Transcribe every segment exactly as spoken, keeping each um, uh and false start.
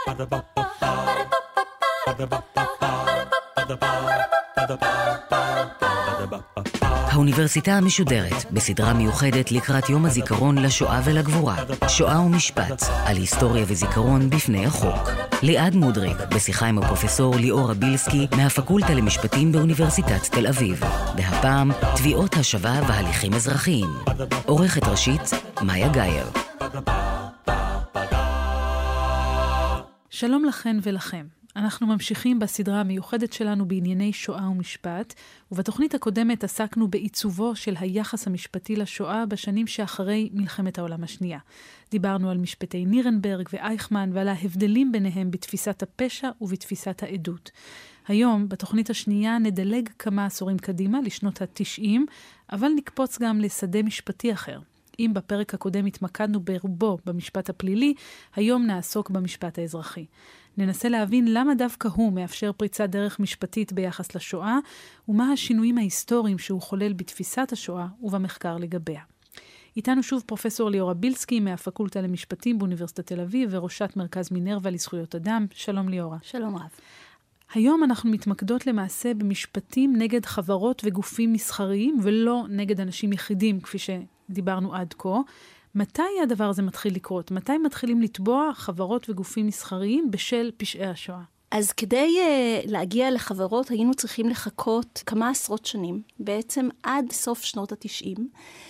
האוניברסיטה המשודרת בסדרה מיוחדת לקראת יום הזיכרון לשואה ולגבורה, שואה ומשפט, על היסטוריה וזיכרון בפני החוק. ליעד מודריק בשיחה עם הפרופסור ליאורה בילסקי מהפקולטה למשפטים באוניברסיטת תל אביב. והפעם תביעות השבה והליכים אזרחיים. עורכת ראשית מאיה גייר. שלום לכן ולכם. אנחנו ממשיכים בסדרה המיוחדת שלנו בענייני שואה ומשפט, ובתוכנית הקודמת עסקנו בעיצובו של היחס המשפטי לשואה בשנים שאחרי מלחמת העולם השנייה. דיברנו על משפטי נירנברג ואייכמן ועל ההבדלים ביניהם בתפיסת הפשע ובתפיסת העדות. היום, בתוכנית השנייה, נדלג כמה עשורים קדימה לשנות ה-תשעים, אבל נקפוץ גם לשדה משפטי אחר. אם בפרק הקודם התמקדנו ברובו במשפט הפלילי, היום נעסוק במשפט האזרחי. ננסה להבין למה דווקא הוא מאפשר פריצת דרך משפטית ביחס לשואה, ומה השינויים ההיסטוריים שהוא חולל בתפיסת השואה ובמחקר לגביה. איתנו שוב פרופסור ליאורה בילסקי מהפקולטה למשפטים באוניברסיטת תל אביב וראשת מרכז מינרווה לזכויות אדם. שלום ליאורה. שלום רב. היום אנחנו מתמקדות למעשה במשפטים נגד חברות וגופים מסחריים ולא נגד אנשים יחידים כפי שדיברנו עד כה. מתי הדבר הזה מתחיל לקרות? מתי מתחילים לתבוע חברות וגופים מסחריים בשל פשעי השואה? אז כדי uh, להגיע לחברות היינו צריכים לחכות כמה עשרות שנים, בעצם עד סוף שנות ה-תשעים,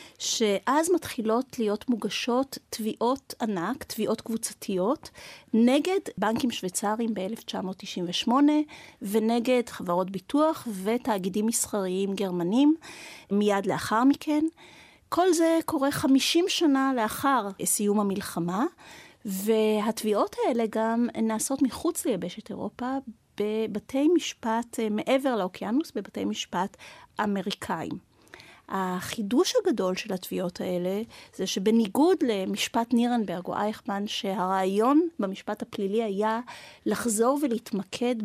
שאז מתחילות להיות מוגשות תביעות ענק, תביעות קבוצתיות, נגד בנקים שוויצריים ב-אלף תשע מאות תשעים ושמונה, ונגד חברות ביטוח ותאגידים מסחריים גרמנים מיד לאחר מכן. כל זה קורה חמישים שנה לאחר סיום המלחמה, והתביעות האלה גם נעשות מחוץ ליבשת אירופה, בבתי משפט מעבר לאוקיינוס, בבתי משפט אמריקאים. החידוש הגדול של התביעות האלה, זה שבניגוד למשפט נירנברג או אייכמן, שהרעיון במשפט הפלילי היה לחזור ולהתמקד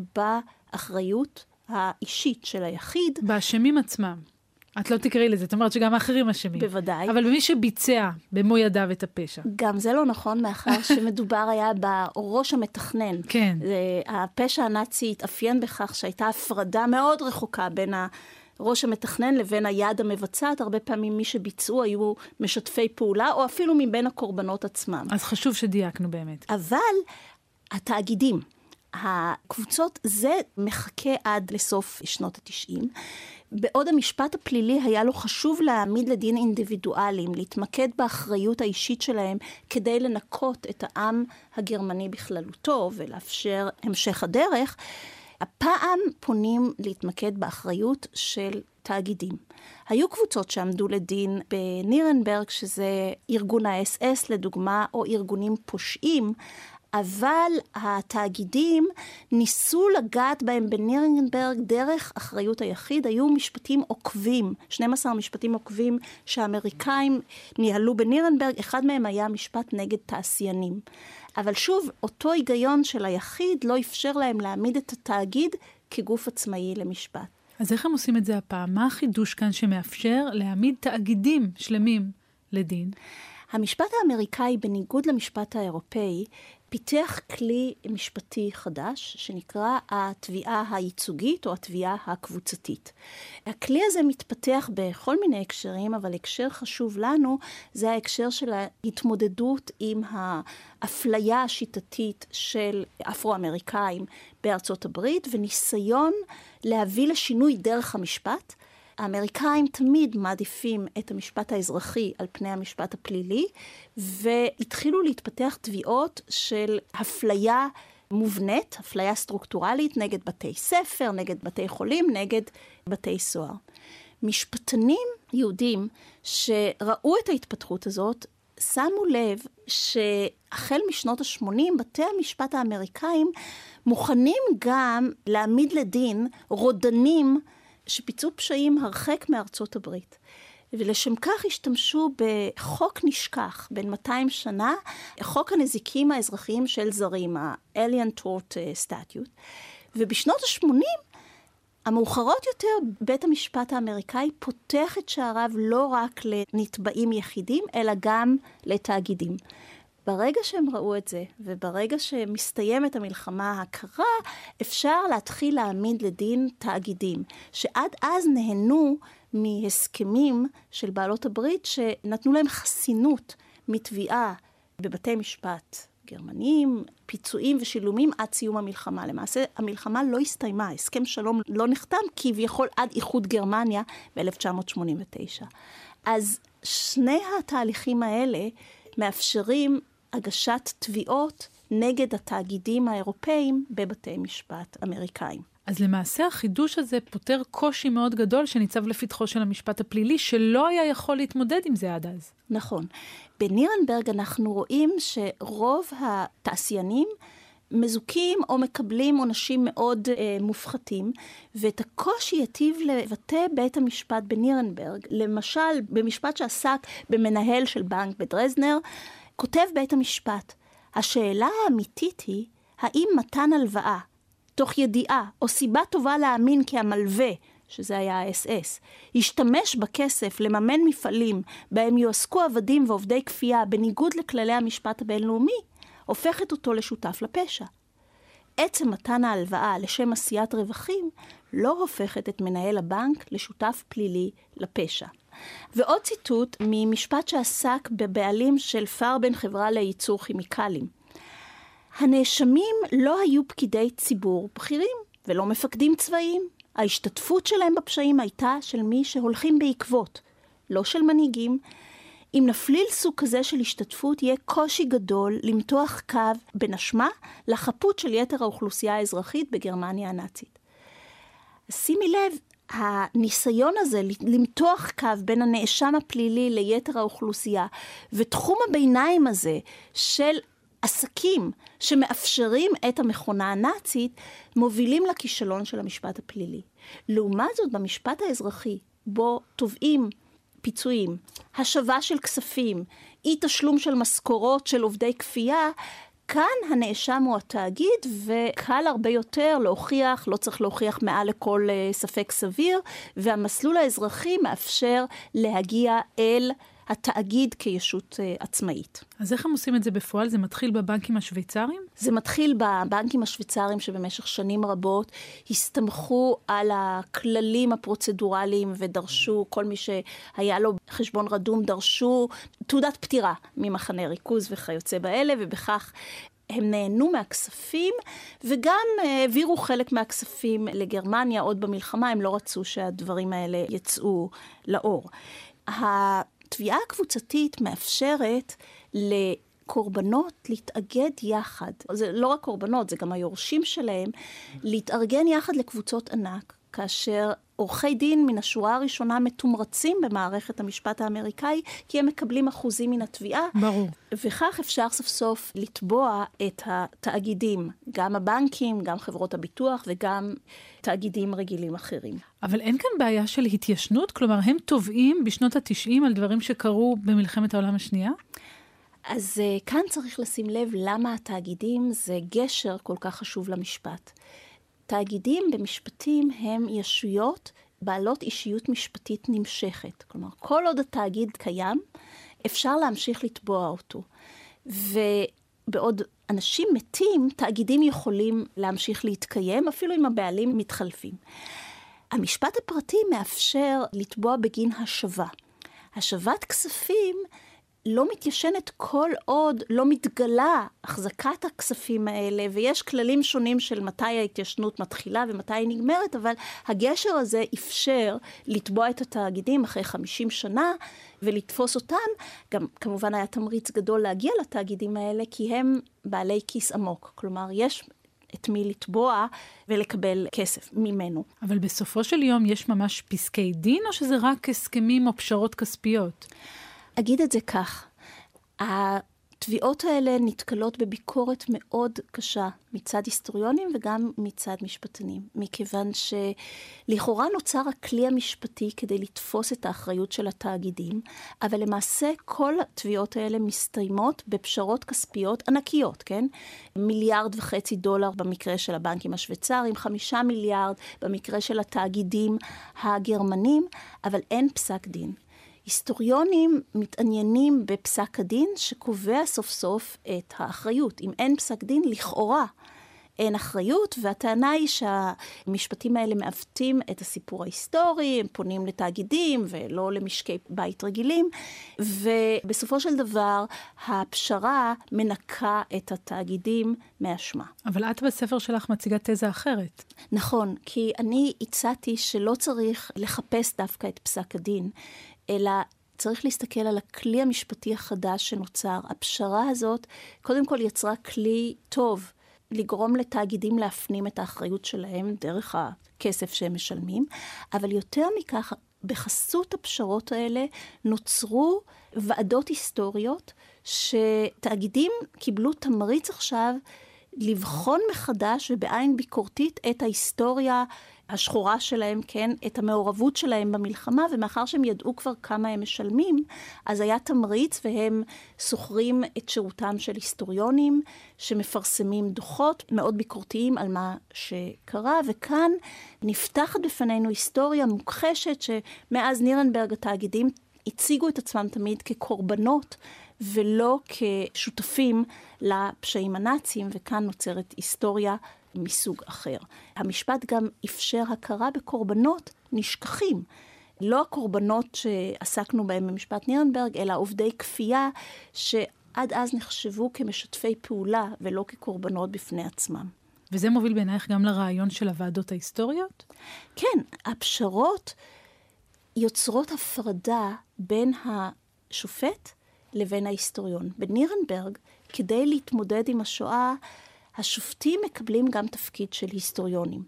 באחריות האישית של היחיד. באשמים עצמם. את לא תקראי לזה, זאת אומרת שגם האחרים אשמים. בוודאי. אבל במי שביצע במו ידיו את הפשע. גם זה לא נכון, מאחר שמדובר היה בראש המתכנן. כן. הפשע הנאצי התאפיין בכך שהייתה הפרדה מאוד רחוקה בין הראש המתכנן לבין היד המבצעת. הרבה פעמים מי שביצעו היו משתפי פעולה, או אפילו מבין הקורבנות עצמם. אז חשוב שדייקנו באמת. אבל התאגידים, הקבוצות, זה מחכה עד לסוף שנות ה-תשעים. בעוד המשפט הפלילי היה לו חשוב להעמיד לדין אינדיבידואלים, להתמקד באחריות האישית שלהם כדי לנקות את העם הגרמני בכללותו ולאפשר המשך הדרך, הפעם פונים להתמקד באחריות של תאגידים. היו קבוצות שעמדו לדין בנירנברג, שזה ארגון ה-אס אס לדוגמה, או ארגונים פושעים, אבל התאגידים ניסו לגעת בהם בנירנברג דרך אחריות היחיד. היו משפטים עוקבים, שנים עשר משפטים עוקבים שהאמריקאים ניהלו בנירנברג, אחד מהם היה משפט נגד תעשיינים. אבל שוב, אותו היגיון של היחיד לא אפשר להם להעמיד את התאגיד כגוף עצמאי למשפט. אז איך הם עושים את זה הפעם? מה החידוש כאן שמאפשר להעמיד תאגידים שלמים לדין? המשפט האמריקאי, בניגוד למשפט האירופאי, פיתח כלי משפטי חדש שנקרא התביעה הייצוגית או התביעה הקבוצתית. הכלי הזה מתפתח בכל מיני הקשרים, אבל הקשר חשוב לנו זה ההקשר של ההתמודדות עם האפליה השיטתית של אפרו-אמריקאים בארצות הברית, וניסיון להביא לשינוי דרך המשפט. האמריקאים תמיד מעדיפים את המשפט האזרחי על פני המשפט הפלילי, והתחילו להתפתח תביעות של אפליה מובנית, אפליה סטרוקטורלית נגד בתי ספר, נגד בתי חולים, נגד בתי סוהר. משפטנים יהודים שראו את ההתפתחות הזאת, שמו לב שהחל משנות ה-שמונים בתי המשפט האמריקאים מוכנים גם להעמיד לדין רודנים שפיצו פשעים הרחק מארצות הברית. ולשם כך השתמשו בחוק נשכח בין מאתיים שנה, חוק הנזיקים האזרחיים של זרים, ה-Alien Tort Statute. ובשנות ה-שמונים, המאוחרות יותר, בית המשפט האמריקאי פותח את שעריו לא רק לנתבעים יחידים, אלא גם לתאגידים. ברגע שהם ראו את זה, וברגע שמסתיימת המלחמה הקרה, אפשר להתחיל להעמיד לדין תאגידים, שעד אז נהנו מהסכמים של בעלות הברית, שנתנו להם חסינות מתביעה בבתי משפט גרמנים, פיצויים ושילומים עד סיום המלחמה. למעשה, המלחמה לא הסתיימה, הסכם שלום לא נחתם, כביכול עד איחוד גרמניה ב-אלף תשע מאות שמונים ותשע. אז שני התהליכים האלה מאפשרים הגשת תביעות נגד התאגידים האירופאים בבתי משפט אמריקאים. אז למעשה החידוש הזה פותר קושי מאוד גדול שניצב לפתחו של המשפט הפלילי, שלא היה יכול להתמודד עם זה עד אז. נכון. בנירנברג אנחנו רואים שרוב התעשיינים מזוכים או מקבלים עונשים מאוד אה, מופחתים, ואת הקושי יטיב לבטא בית המשפט בנירנברג. למשל, במשפט שעסק במנהל של בנק בדרזנר, כותב בית המשפט, השאלה האמיתית היא, האם מתן הלוואה, תוך ידיעה או סיבה טובה להאמין כי המלווה, שזה היה ה-אס אס, ישתמש בכסף לממן מפעלים בהם יועסקו עבדים ועובדי כפייה בניגוד לכללי המשפט הבינלאומי, הופכת אותו לשותף לפשע. עצם מתן ההלוואה לשם עשיית רווחים לא הופכת את מנהל הבנק לשותף פלילי לפשע. ועוד ציטוט ממשפט שעסק בבעלים של פרבן, חברה לייצור כימיקלים. הנאשמים לא היו פקידי ציבור בכירים ולא מפקדים צבאיים. ההשתתפות שלהם בפשעים הייתה של מי שהולכים בעקבות, לא של מנהיגים. אם נפליל סוג כזה של השתתפות, יהיה קושי גדול למתוח קו בין אשמה לחפות של יתר האוכלוסייה האזרחית בגרמניה הנאצית. שימי לב, הניסיון הזה למתוח קו בין הנאשם הפלילי ליתר האוכלוסייה, ותחום הביניים הזה של עסקים שמאפשרים את המכונה הנאצית, מובילים לכישלון של המשפט הפלילי. לעומת זאת, במשפט האזרחי, בו תובעים פיצויים, השבה של כספים, אי תשלום של משכורות של עובדי כפייה, כאן הנאשם הוא התאגיד, וקל הרבה יותר להוכיח, לא צריך להוכיח מעל לכל ספק סביר, והמסלול האזרחי מאפשר להגיע אל התאגיד כישות עצמאית. אז איך הם עושים את זה בפועל? זה מתחיל בבנקים השוויצריים? זה מתחיל בבנקים השוויצריים שבמשך שנים רבות הסתמכו על הכללים הפרוצדורליים ודרשו, כל מי שהיה לו חשבון רדום דרשו תעודת פטירה ממחנה ריכוז וכיוצא באלה, ובכך הם נהנו מהכספים, וגם העבירו חלק מהכספים לגרמניה עוד במלחמה, הם לא רצו שהדברים האלה יצאו לאור. התביעה הקבוצתית מאפשרת לקורבנות להתאגד יחד. זה לא רק קורבנות, זה גם היורשים שלהם, להתארגן יחד לקבוצות ענק, כאשר עורכי דין מן השורה הראשונה מתומרצים במערכת המשפט האמריקאי, כי הם מקבלים אחוזים מן התביעה. ברור. וכך אפשר סוף סוף לתבוע את התאגידים, גם הבנקים, גם חברות הביטוח וגם תאגידים רגילים אחרים. אבל אין כאן בעיה של התיישנות? כלומר, הם תובעים בשנות ה-תשעים על דברים שקרו במלחמת העולם השנייה? אז uh, כאן צריך לשים לב למה התאגידים זה גשר כל כך חשוב למשפט. תאגידים במשפטים הם ישויות בעלות אישיות משפטית נמשכת. כלומר, כל עוד התאגיד קיים, אפשר להמשיך לתבוע אותו. ובעוד אנשים מתים, תאגידים יכולים להמשיך להתקיים, אפילו אם הבעלים מתחלפים. המשפט הפרטי מאפשר לתבוע בגין השבה. השבת כספים לא מתיישנת כל עוד לא מתגלה החזקת הכספים האלה, ויש כללים שונים של מתי ההתיישנות מתחילה ומתי היא נגמרת, אבל הגשר הזה אפשר לתבוע את התאגידים אחרי חמישים שנה, ולתפוס אותם. גם כמובן היה תמריץ גדול להגיע לתאגידים האלה, כי הם בעלי כיס עמוק. כלומר, יש את מי לתבוע ולקבל כסף ממנו. אבל בסופו של יום יש ממש פסקי דין, או שזה רק הסכמים או פשרות כספיות? אגיד את זה כך, התביעות האלה נתקלות בביקורת מאוד קשה מצד היסטוריונים וגם מצד משפטנים, מכיוון שלכאורה נוצר הכלי המשפטי כדי לתפוס את האחריות של התאגידים, אבל למעשה כל התביעות האלה מסתיימות בפשרות כספיות ענקיות, כן? מיליארד וחצי דולר במקרה של הבנקים השוויצריים, חמישה מיליארד במקרה של התאגידים הגרמנים, אבל אין פסק דין. היסטוריונים מתעניינים בפסק הדין שקובע סוף סוף את האחריות. אם אין פסק דין, לכאורה אין אחריות, והטענה היא שהמשפטים האלה מעוותים את הסיפור ההיסטורי, הם פונים לתאגידים ולא למשקי בית רגילים, ובסופו של דבר הפשרה מנקה את התאגידים מאשמה. אבל את בספר שלך מציגה תזה אחרת. נכון, כי אני הצעתי שלא צריך לחפש דווקא את פסק הדין, אלא צריך להסתכל על הכלי המשפטי החדש שנוצר. הפשרה הזאת קודם כל יצרה כלי טוב, לגרום לתאגידים להפנים את האחריות שלהם דרך הכסף שהם משלמים, אבל יותר מכך, בחסות הפשרות האלה נוצרו ועדות היסטוריות, שתאגידים קיבלו תמריץ עכשיו לבחון מחדש ובעין ביקורתית את ההיסטוריה השחורה שלהם, כן, את המעורבות שלהם במלחמה, ומאחר שהם ידעו כבר כמה הם משלמים, אז היה תמריץ והם סוחרים את שירותם של היסטוריונים, שמפרסמים דוחות מאוד ביקורתיים על מה שקרה, וכאן נפתחת בפנינו היסטוריה מוכחשת, שמאז נירנברג התאגידים הציגו את עצמם תמיד כקורבנות, ולא כשותפים לפשעים הנאציים, וכאן נוצרת היסטוריה מסוג אחר. המשפט גם אפשר הכרה בקורבנות נשכחים. לא הקורבנות שעסקנו בהם במשפט נירנברג, אלא עובדי כפייה שעד אז נחשבו כמשתפי פעולה ולא כקורבנות בפני עצמם. וזה מוביל בעינייך גם לרעיון של הוועדות ההיסטוריות? כן, הפשרות יוצרות הפרדה בין השופט לבין ההיסטוריון. בנירנברג, כדי להתמודד עם השואה, השופטים מקבלים גם תפקיד של היסטוריונים.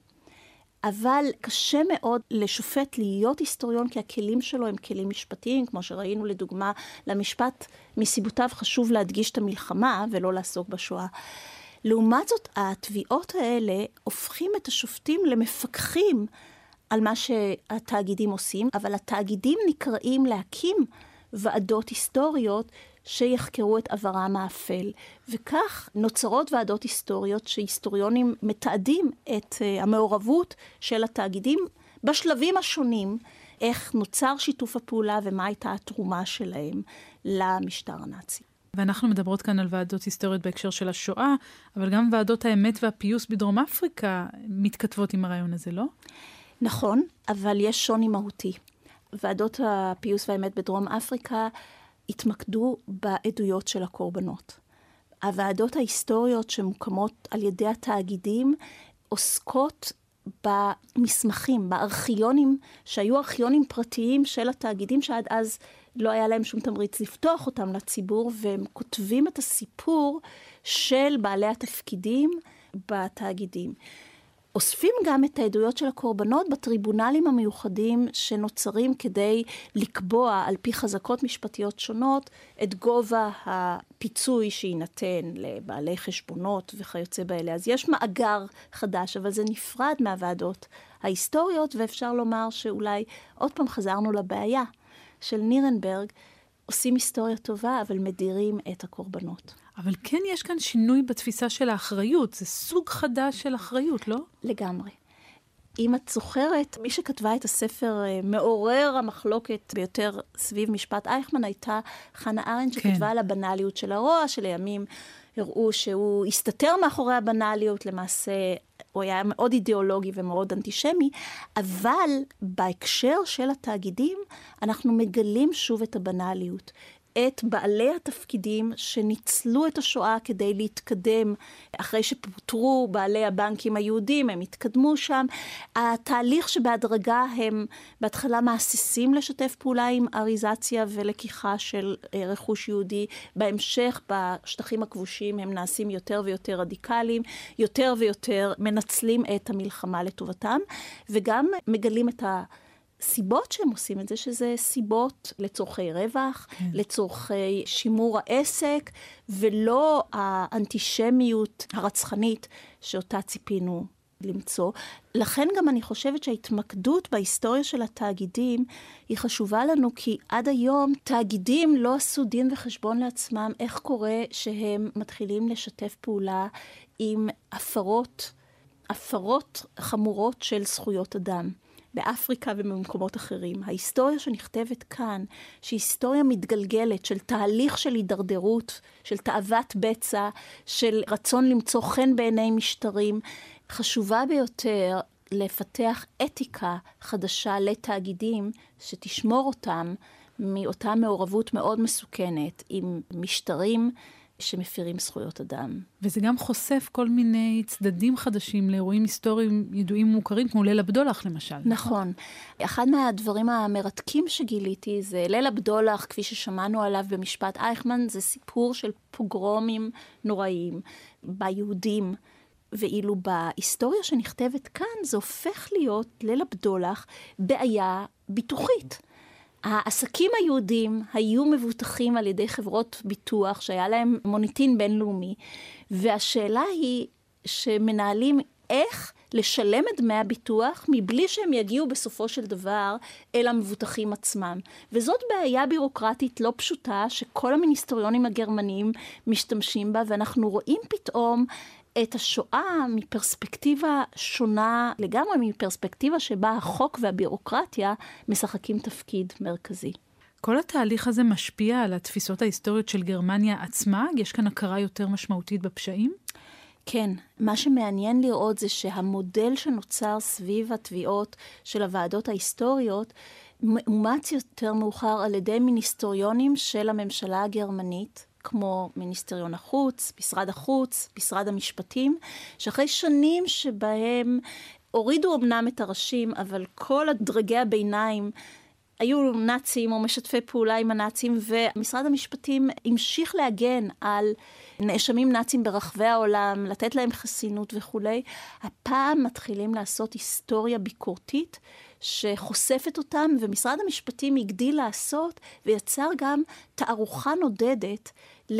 אבל קשה מאוד לשופט להיות היסטוריון, כי הכלים שלו הם כלים משפטיים, כמו שראינו לדוגמה למשפט, מסיבותיו חשוב להדגיש את המלחמה ולא לעסוק בשואה. לעומת זאת, התביעות האלה הופכים את השופטים למפקחים על מה שהתאגידים עושים, אבל התאגידים נקראים להקים ועדות היסטוריות שיחקרו את עברם האפל. וכך נוצרות ועדות היסטוריות שהיסטוריונים מתעדים את המעורבות של התאגידים בשלבים השונים, איך נוצר שיתוף הפעולה ומה הייתה התרומה שלהם למשטר הנאצי. ואנחנו מדברות כאן על ועדות היסטוריות בהקשר של השואה, אבל גם ועדות האמת והפיוס בדרום אפריקה מתכתבות עם הרעיון הזה, לא? נכון, אבל יש שוני מהותי. ועדות הפיוס והאמת בדרום אפריקה התמקדו בעדויות של הקורבנות. הוועדות ההיסטוריות שמוקמות על ידי התאגידים עוסקות במסמכים, בארכיונים, שהיו ארכיונים פרטיים של התאגידים, שעד אז לא היה להם שום תמריץ לפתוח אותם לציבור, והם כותבים את הסיפור של בעלי התפקידים בתאגידים. אוספים גם את העדויות של הקורבנות בטריבונלים המיוחדים שנוצרים כדי לקבוע על פי חזקות משפטיות שונות את גובה הפיצוי שיינתן לבעלי חשבונות וכיוצא באלה. אז יש מאגר חדש, אבל זה נפרד מהוועדות ההיסטוריות, ואפשר לומר שאולי עוד פעם חזרנו לבעיה של נירנברג, עושים היסטוריה טובה, אבל מדירים את הקורבנות. אבל כן יש כאן שינוי בתפיסה של האחריות. זה סוג חדש של אחריות, לא? לגמרי. אם את זוכרת, מי שכתבה את הספר מעורר המחלוקת ביותר סביב משפט אייכמן, הייתה חנה ארנדט, שכתבה כן. על הבנליות של הרוע, שלימים הראו שהוא הסתתר מאחורי הבנליות, למעשה הוא היה מאוד אידיאולוגי ומאוד אנטישמי, אבל בהקשר של התאגידים, אנחנו מגלים שוב את הבנליות. את בעלי התפקידים שניצלו את השואה כדי להתקדם, אחרי שפוטרו בעלי הבנקים היהודים, הם התקדמו שם. התהליך שבהדרגה הם בהתחלה מעסיסים לשתף פעולה עם אריזציה ולקיחה של רכוש יהודי. בהמשך, בשטחים הכבושים, הם נעשים יותר ויותר רדיקליים, יותר ויותר מנצלים את המלחמה לטובתם, וגם מגלים את ה... סיבות שהם עושים את זה, שזה סיבות לצורכי רווח, כן. לצורכי שימור העסק, ולא האנטישמיות הרצחנית שאותה ציפינו למצוא. לכן גם אני חושבת שההתמקדות בהיסטוריה של התאגידים היא חשובה לנו, כי עד היום תאגידים לא עשו דין וחשבון לעצמם איך קורה שהם מתחילים לשתף פעולה עם הפרות, הפרות חמורות של זכויות אדם. באפריקה ובמקומות אחרים. ההיסטוריה שנכתבת כאן, שהיא היסטוריה מתגלגלת של תהליך של הידרדרות, של תאוות בצע, של רצון למצוא חן בעיני משטרים, חשובה ביותר לפתח אתיקה חדשה לתאגידים שתשמור אותם מאותה מעורבות מאוד מסוכנת עם משטרים שמפירים זכויות אדם. וזה גם חושף כל מיני צדדים חדשים לאירועים היסטוריים ידועים מוכרים, כמו ליל הבדולח למשל. נכון. אחד מהדברים המרתקים שגיליתי זה ליל הבדולח, כפי ששמענו עליו במשפט אייכמן, זה סיפור של פוגרומים נוראיים ביהודים, ואילו בהיסטוריה שנכתבת כאן זה הופך להיות ליל הבדולח בעיה ביטוחית. העסקים היהודים היו מבוטחים על ידי חברות ביטוח שהיה להם מוניטין בינלאומי, והשאלה היא שמנהלים איך לשלם את דמי הביטוח מבלי שהם יגיעו בסופו של דבר אל המבוטחים עצמם. וזאת בעיה בירוקרטית לא פשוטה שכל המיניסטריונים הגרמניים משתמשים בה, ואנחנו רואים פתאום את השואה מפרספקטיבה שונה לגמרי, מפרספקטיבה שבה החוק והבירוקרטיה משחקים תפקיד מרכזי. כל התהליך הזה משפיע על התפיסות ההיסטוריות של גרמניה עצמה? יש כאן הכרה יותר משמעותית בפשעים? כן, מה שמעניין לראות זה שהמודל שנוצר סביב התביעות של הוועדות ההיסטוריות מאומץ יותר מאוחר על ידי מיניסטריונים של הממשלה הגרמנית, כמו מיניסטריון החוץ, משרד החוץ, משרד המשפטים, שאחרי שנים שבהם הורידו אמנם את הראשים, אבל כל הדרגי הביניים היו נאצים או משתפי פעולה עם הנאצים, ומשרד המשפטים המשיך להגן על נאשמים נאצים ברחבי העולם, לתת להם חסינות וכו'. הפעם מתחילים לעשות היסטוריה ביקורתית שחושפת אותם, ומשרד המשפטים הגדיל לעשות ויצר גם תערוכה נודדת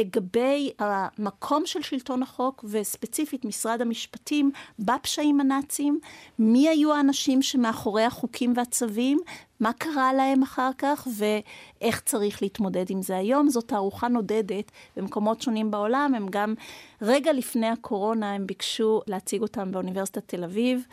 לגבי המקום של שלטון החוק, וספציפית משרד המשפטים בפשעים הנאצים, מי היו האנשים שמאחורי החוקים והצווים, מה קרה להם אחר כך, ואיך צריך להתמודד עם זה היום. זאת תערוכה נודדת במקומות שונים בעולם, הם גם רגע לפני הקורונה הם ביקשו להציג אותם באוניברסיטת תל אביב,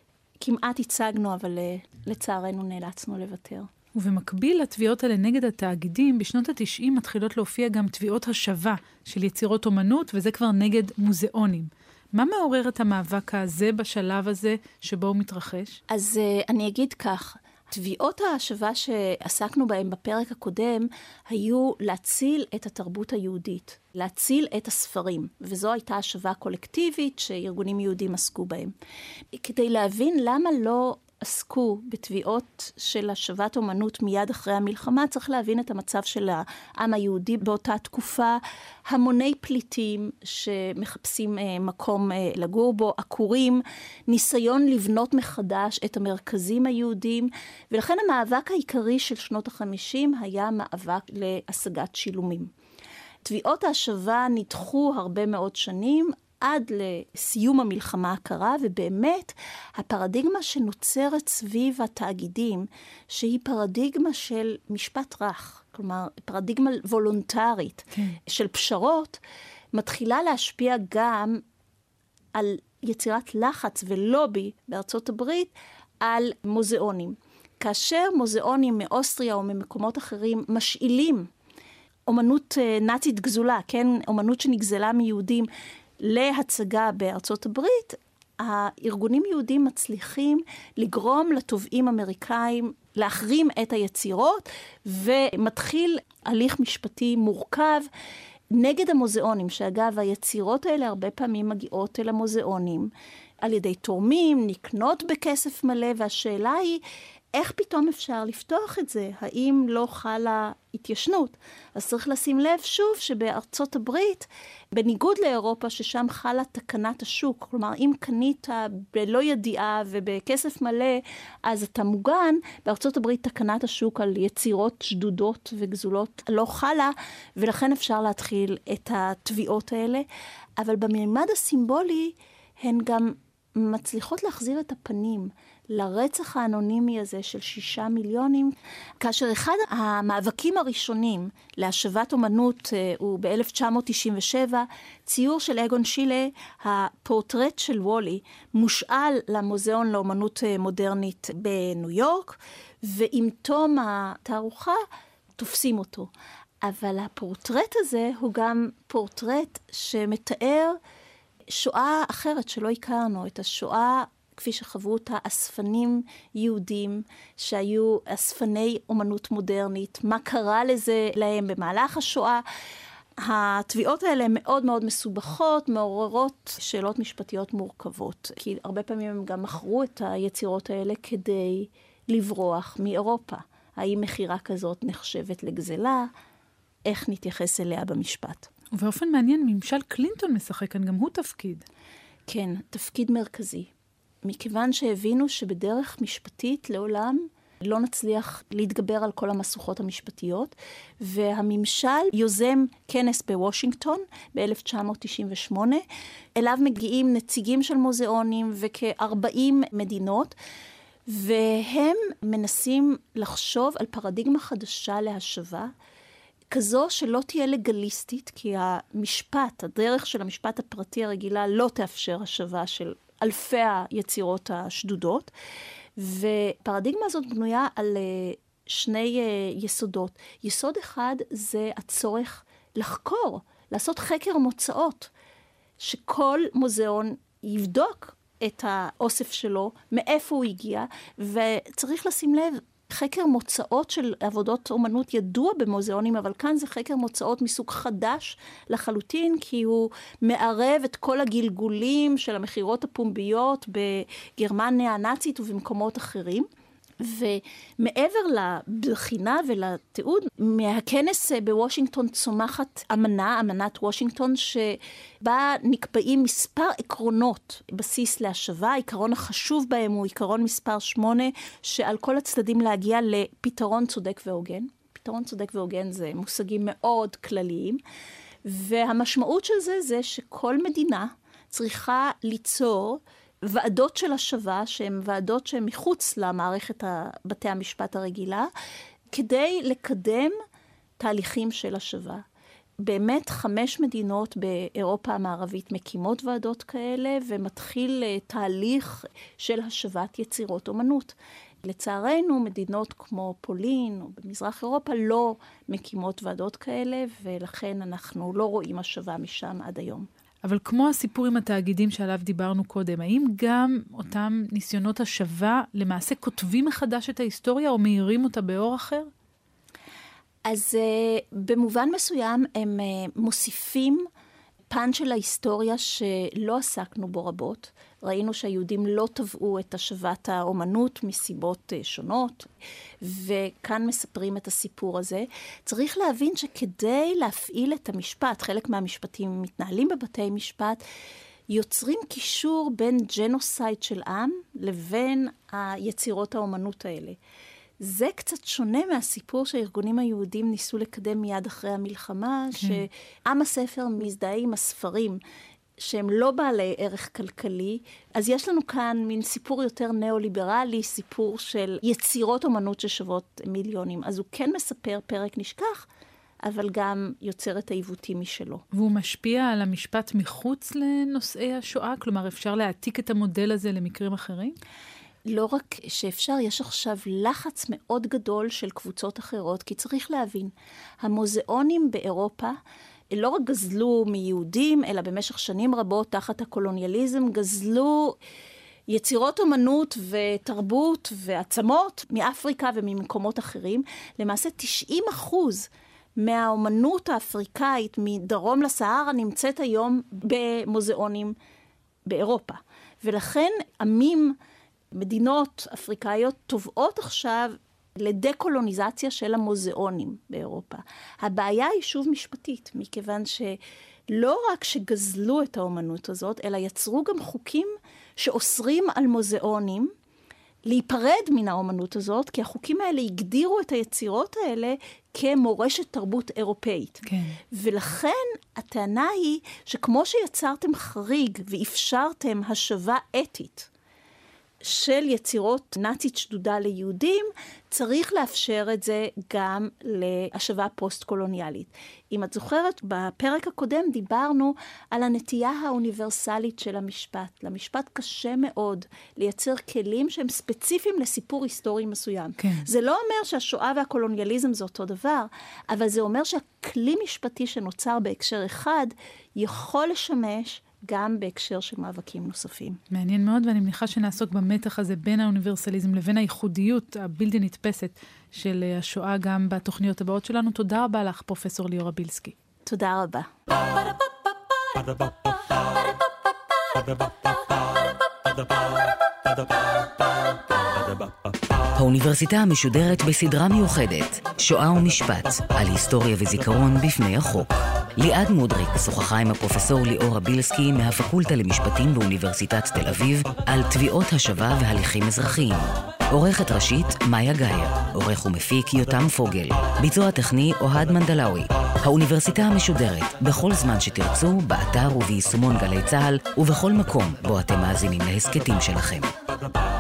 כמעט הצגנו, אבל לצערנו נאלצנו לוותר. ובמקביל לתביעות האלה נגד התאגידים, בשנות ה-תשעים מתחילות להופיע גם תביעות השבה של יצירות אומנות, וזה כבר נגד מוזיאונים. מה מעורר את המאבק הזה בשלב הזה שבו הוא מתרחש? אז uh, אני אגיד כך, תביעות ההשבה שעסקנו בהם בפרק הקודם, היו להציל את התרבות היהודית, להציל את הספרים, וזו הייתה השבה קולקטיבית שארגונים יהודים עסקו בהם. כדי להבין למה לא עסקו בתביעות של השבת אומנות מיד אחרי המלחמה, צריך להבין את המצב של העם היהודי באותה תקופה, המוני פליטים שמחפשים אה, מקום אה, לגור בו, עקורים, ניסיון לבנות מחדש את המרכזים היהודים, ולכן המאבק העיקרי של שנות החמישים היה מאבק להשגת שילומים. תביעות ההשבה נדחו הרבה מאוד שנים, עד לסיום המלחמה הקרה, ובאמת הפרדיגמה שנוצרת סביב התאגידים, שהיא פרדיגמה של משפט רך, כלומר פרדיגמה וולונטרית כן. של פשרות, מתחילה להשפיע גם על יצירת לחץ ולובי בארצות הברית על מוזיאונים. כאשר מוזיאונים מאוסטריה או ממקומות אחרים משאילים אומנות נאצית גזולה, כן, אומנות שנגזלה מיהודים, להצגה בארצות הברית, הארגונים יהודים מצליחים לגרום לתובעים אמריקאים להחרים את היצירות, ומתחיל הליך משפטי מורכב נגד המוזיאונים, שאגב היצירות האלה הרבה פעמים מגיעות אל המוזיאונים, על ידי תורמים, נקנות בכסף מלא, והשאלה היא, איך פתאום אפשר לפתוח את זה? האם לא חלה התיישנות? אז צריך לשים לב שוב שבארצות הברית, בניגוד לאירופה ששם חלה תקנת השוק, כלומר אם קנית בלא ידיעה ובכסף מלא, אז אתה מוגן, בארצות הברית תקנת השוק על יצירות שדודות וגזולות לא חלה, ולכן אפשר להתחיל את התביעות האלה. אבל בממד הסימבולי הן גם מצליחות להחזיר את הפנים לרצח האנונימי הזה של שישה מיליונים, כאשר אחד המאבקים הראשונים להשבת אומנות הוא ב-אלף תשע מאות תשעים ושבע, ציור של אגון שילה, הפורטרט של וולי, מושאל למוזיאון לאומנות מודרנית בניו יורק, ועם תום התערוכה תופסים אותו. אבל הפורטרט הזה הוא גם פורטרט שמתאר שואה אחרת שלא הכרנו, את השואה כפי שחוו אותה אספנים יהודים שהיו אספני אומנות מודרנית, מה קרה לזה להם במהלך השואה. התביעות האלה הן מאוד מאוד מסובכות, מעוררות שאלות משפטיות מורכבות, כי הרבה פעמים הם גם מכרו את היצירות האלה כדי לברוח מאירופה. האם מחירה כזאת נחשבת לגזלה? איך נתייחס אליה במשפט? ובאופן מעניין, ממשל קלינטון משחק כאן גם הוא תפקיד. כן, תפקיד מרכזי. מכיוון שהבינו שבדרך משפטית לעולם לא נצליח להתגבר על כל המסוכות המשפטיות, והממשל יוזם כנס בוושינגטון ב-אלף תשע מאות תשעים ושמונה, אליו מגיעים נציגים של מוזיאונים וכ-ארבעים מדינות, והם מנסים לחשוב על פרדיגמה חדשה להשבה, כזו שלא תהיה לגליסטית, כי המשפט, הדרך של המשפט הפרטי הרגילה לא תאפשר השבה של אלפי היצירות השדודות, ופרדיגמה הזאת בנויה על שני יסודות. יסוד אחד זה הצורך לחקור, לעשות חקר מוצאות, שכל מוזיאון יבדוק את האוסף שלו, מאיפה הוא הגיע, וצריך לשים לב, חקר מוצאות של עבודות אומנות ידוע במוזיאונים, אבל כאן זה חקר מוצאות מסוג חדש לחלוטין, כי הוא מערב את כל הגלגולים של המחירות הפומביות בגרמניה הנאצית ובמקומות אחרים. ומעבר לבחינה ולתיעוד, מהכנס בוושינגטון צומחת אמנה, אמנת וושינגטון, שבה נקבעים מספר עקרונות בסיס להשבה. העיקרון החשוב בהם הוא עיקרון מספר שמונה, שעל כל הצדדים להגיע לפתרון צודק והוגן. פתרון צודק והוגן זה מושגים מאוד כלליים, והמשמעות של זה זה שכל מדינה צריכה ליצור ועדות של השבה, שהן ועדות שהן מחוץ למערכת בתי המשפט הרגילה, כדי לקדם תהליכים של השבה. באמת חמש מדינות באירופה המערבית מקימות ועדות כאלה, ומתחיל תהליך של השבת יצירות אומנות. לצערנו, מדינות כמו פולין או במזרח אירופה לא מקימות ועדות כאלה, ולכן אנחנו לא רואים השבה משם עד היום. אבל כמו הסיפור עם התאגידים שעליו דיברנו קודם, האם גם אותם ניסיונות השבה למעשה כותבים מחדש את ההיסטוריה או מהירים אותה באור אחר? אז uh, במובן מסוים הם uh, מוסיפים פן של ההיסטוריה שלא עסקנו בו רבות. ראינו שהיהודים לא טבעו את השבת האומנות מסיבות uh, שונות, וכאן מספרים את הסיפור הזה. צריך להבין שכדי להפעיל את המשפט, חלק מהמשפטים מתנהלים בבתי משפט, יוצרים קישור בין ג'נוסייד של עם לבין היצירות האומנות האלה. זה קצת שונה מהסיפור שהארגונים היהודים ניסו לקדם מיד אחרי המלחמה, כן. שעם הספר מזדהה עם הספרים שהם לא בעלי ערך כלכלי. אז יש לנו כאן מין סיפור יותר ניאו-ליברלי, סיפור של יצירות אומנות ששוות מיליונים. אז הוא כן מספר פרק נשכח, אבל גם יוצר את העיוותים משלו. והוא משפיע על המשפט מחוץ לנושאי השואה? כלומר, אפשר להעתיק את המודל הזה למקרים אחרים? לא רק שאפשר, יש עכשיו לחץ מאוד גדול של קבוצות אחרות, כי צריך להבין, המוזיאונים באירופה לא רק גזלו מיהודים, אלא במשך שנים רבות תחת הקולוניאליזם, גזלו יצירות אומנות ותרבות ועצמות מאפריקה וממקומות אחרים. למעשה תשעים אחוז מהאומנות האפריקאית מדרום לסהרה נמצאת היום במוזיאונים באירופה. ולכן עמים, מדינות אפריקאיות תובעות עכשיו לדקולוניזציה של המוזיאונים באירופה. הבעיה היא שוב משפטית, מכיוון שלא רק שגזלו את האומנות הזאת, אלא יצרו גם חוקים שאוסרים על מוזיאונים להיפרד מן האומנות הזאת, כי החוקים האלה הגדירו את היצירות האלה כמורשת תרבות אירופאית. כן. ולכן הטענה היא שכמו שיצרתם חריג ואפשרתם השבה אתית של יצירות נאצית שדודה ליהודים, צריך לאפשר את זה גם להשבה פוסט-קולוניאלית. אם את זוכרת, בפרק הקודם דיברנו על הנטייה האוניברסלית של המשפט. למשפט קשה מאוד לייצר כלים שהם ספציפיים לסיפור היסטורי מסוים. כן. זה לא אומר שהשואה והקולוניאליזם זה אותו דבר, אבל זה אומר שהכלי משפטי שנוצר בהקשר אחד יכול לשמש גם בהקשר של מאבקים נוספים. מעניין מאוד, ואני מניחה שנעסוק במתח הזה בין האוניברסליזם לבין הייחודיות הבלתי נתפסת של השואה גם בתוכניות הבאות שלנו. תודה רבה לך, פרופסור ליאורה בילסקי. תודה רבה. האוניברסיטה המשודרת בסדרה מיוחדת, שואה ומשפט, על היסטוריה וזיכרון בפני החוק. ליעד מודריק שוחחה עם הפרופסור ליאורה בילסקי מהפקולטה למשפטים באוניברסיטת תל אביב על תביעות השבה והליכים אזרחיים. עורכת ראשית מאיה גייר, עורך ומפיק יותם פוגל, ביצוע טכני אוהד מנדלאוי. האוניברסיטה המשודרת, בכל זמן שתרצו, באתר וביישומון גלי צהל ובכל מקום בו אתם מאזינים להסקטים שלכם.